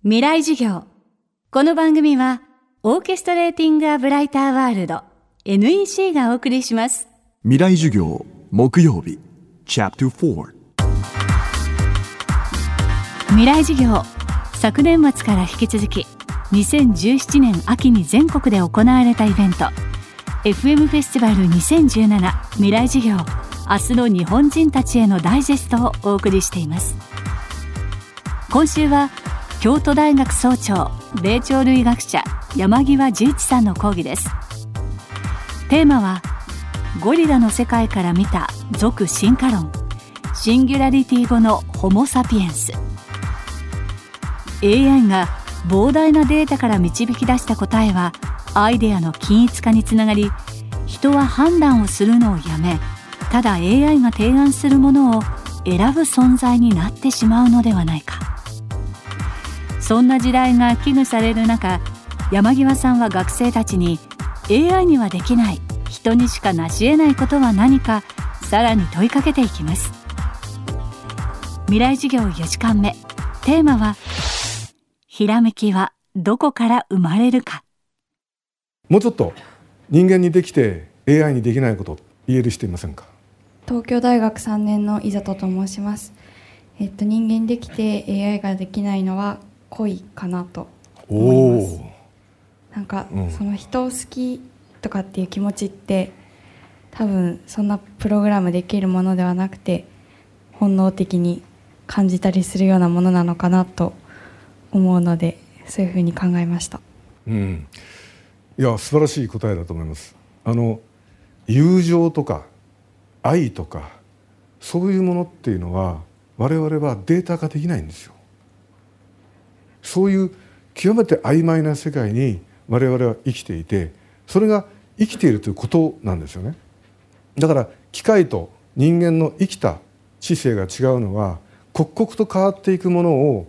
未来授業。この番組はオーケストレーティングアブライターワールド NEC がお送りします。 未来授業木曜日チャプター4。 未来授業、昨年末から引き続き2017年秋に全国で行われたイベント FM フェスティバル2017未来授業、明日の日本人たちへのダイジェストをお送りしています。今週は京都大学総長、霊長類学者山際十一さんの講義です。テーマはゴリラの世界から見た俗進化論、シンギュラリティ後のホモサピエンス。 AI が膨大なデータから導き出した答えはアイデアの均一化につながり、人は判断をするのをやめ、ただ AI が提案するものを選ぶ存在になってしまうのではないか。そんな時代が危惧される中、山際さんは学生たちに AI にはできない、人にしか成し得ないことは何か、さらに問いかけていきます。未来授業4時間目、テーマはひらめきはどこから生まれるか。 もうちょっと人間にできて AI にできないこと言える人いませんか？ 東京大学3年の井里と申します。人間にできて AI ができないのは恋かなと思います。なんか、その人を好きとかっていう気持ちって多分そんなプログラムできるものではなくて、本能的に感じたりするようなものなのかなと思うので、そういうふうに考えました。 いや素晴らしい答えだと思います。友情とか愛とかそういうものっていうのは我々はデータ化できないんですよ。そういう極めて曖昧な世界に我々は生きていて、それが生きているということなんですよね。だから機械と人間の生きた知性が違うのは、刻々と変わっていくものを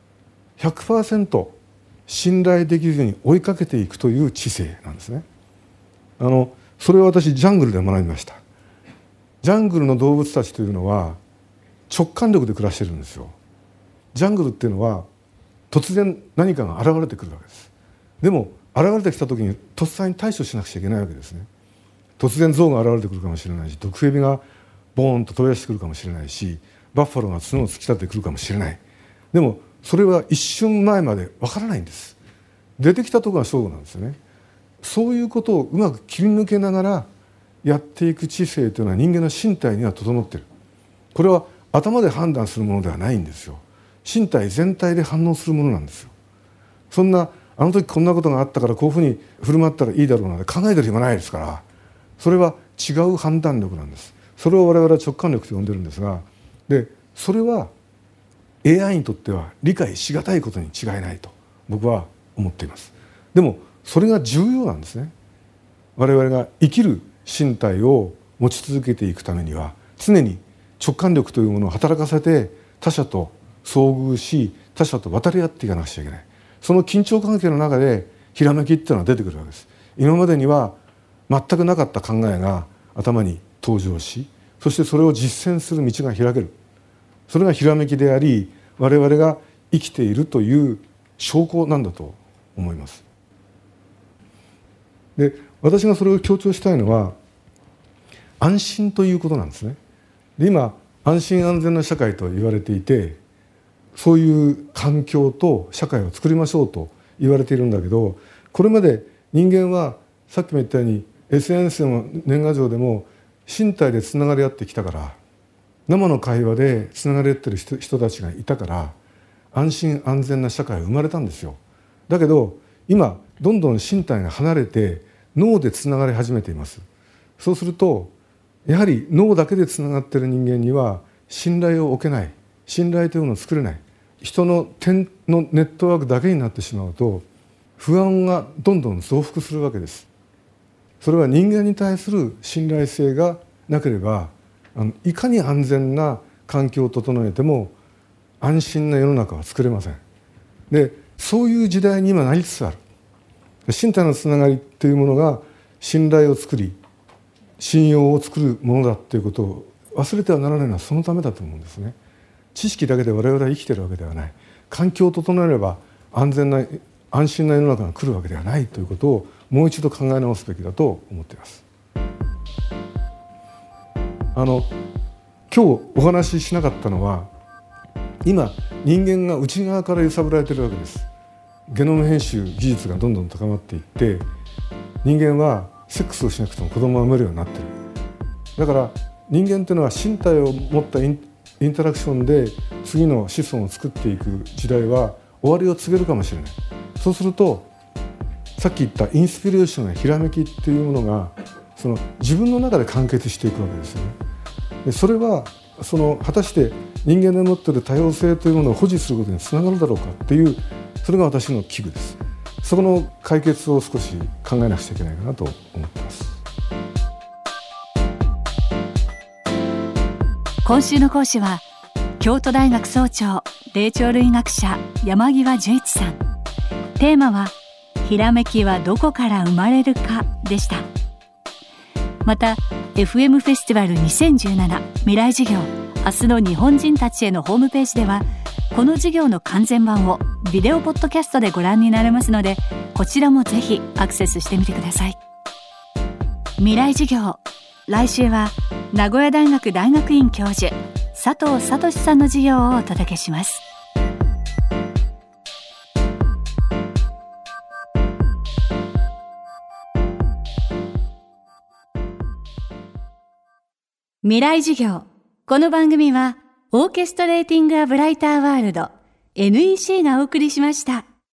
100% 信頼できるように追いかけていくという知性なんですね。それを私ジャングルで学びました。ジャングルの動物たちというのは直感力で暮らしてるんですよ。ジャングルっていうのは突然何かが現れてくるわけです。でも現れてきた時にとっさに対処しなくちゃいけないわけですね。突然象が現れてくるかもしれないし、毒蛇がボーンと飛び出してくるかもしれないし、バッファローが角を突き立ててくるかもしれない。でもそれは一瞬前までわからないんです。出てきたところが勝負なんですよね。そういうことをうまく切り抜けながらやっていく知性というのは人間の身体には整っている。これは頭で判断するものではないんですよ。身体全体で反応するものなんですよ。そんなあの時こんなことがあったからこういうふうに振る舞ったらいいだろうなんて考えてる暇ないですから、それは違う判断力なんです。それを我々は直感力と呼んでるんですが、でそれは AI にとっては理解しがたいことに違いないと僕は思っています。でもそれが重要なんですね。我々が生きる身体を持ち続けていくためには、常に直感力というものを働かせて他者と遭遇し、他者と渡り合っていかなくちゃいけない。その緊張関係の中でひらめきっていうのは出てくるわけです。今までには全くなかった考えが頭に登場し、そしてそれを実践する道が開ける。それがひらめきであり、我々が生きているという証拠なんだと思います。で、私がそれを強調したいのは安心ということなんですね。で、今安心安全な社会と言われていて、そういう環境と社会を作りましょうと言われているんだけど、これまで人間はさっきも言ったように SNS でも年賀状でも身体でつながり合ってきたから、生の会話でつながり合ってる人たちがいたから、安心安全な社会が生まれたんですよ。だけど今どんどん身体が離れて脳でつながり始めています。そうするとやはり脳だけでつながっている人間には信頼を置けない、信頼というものを作れない、人の点のネットワークだけになってしまうと不安がどんどん増幅するわけです。それは人間に対する信頼性がなければ、いかに安全な環境を整えても安心な世の中は作れません。で、そういう時代に今なりつつある。身体のつながりというものが信頼を作り、信用を作るものだということを忘れてはならないのはそのためだと思うんですね。知識だけで我々は生きているわけではない。環境を整えれば安全な安心な世の中が来るわけではないということをもう一度考え直すべきだと思っています。今日お話ししなかったのは、今人間が内側から揺さぶられているわけです。ゲノム編集技術がどんどん高まっていって、人間はセックスをしなくても子供を産めるようになっている。だから人間というのは身体を持ったインタラクションで次の子孫を作っていく時代は終わりを告げるかもしれない。そうするとさっき言ったインスピレーションやひらめきっていうものがその自分の中で完結していくわけですよね。でそれは果たして人間の持っている多様性というものを保持することにつながるだろうかっていう、それが私の危惧です。そこの解決を少し考えなくちゃいけないかなと思っています。 今週の講師は京都大学総長霊長類学者山極壽一さん。テーマはひらめきはどこから生まれるかでした。また FM フェスティバル2017未来事業明日の日本人たちへのホームページでは、この授業の完全版をビデオポッドキャストでご覧になれますので、こちらもぜひアクセスしてみてください。未来事業、来週は名古屋大学大学院教授佐藤聡さんの授業をお届けします。未来授業。この番組はオーケストレーティング・ア・ブライター・ワールド NEC がお送りしました。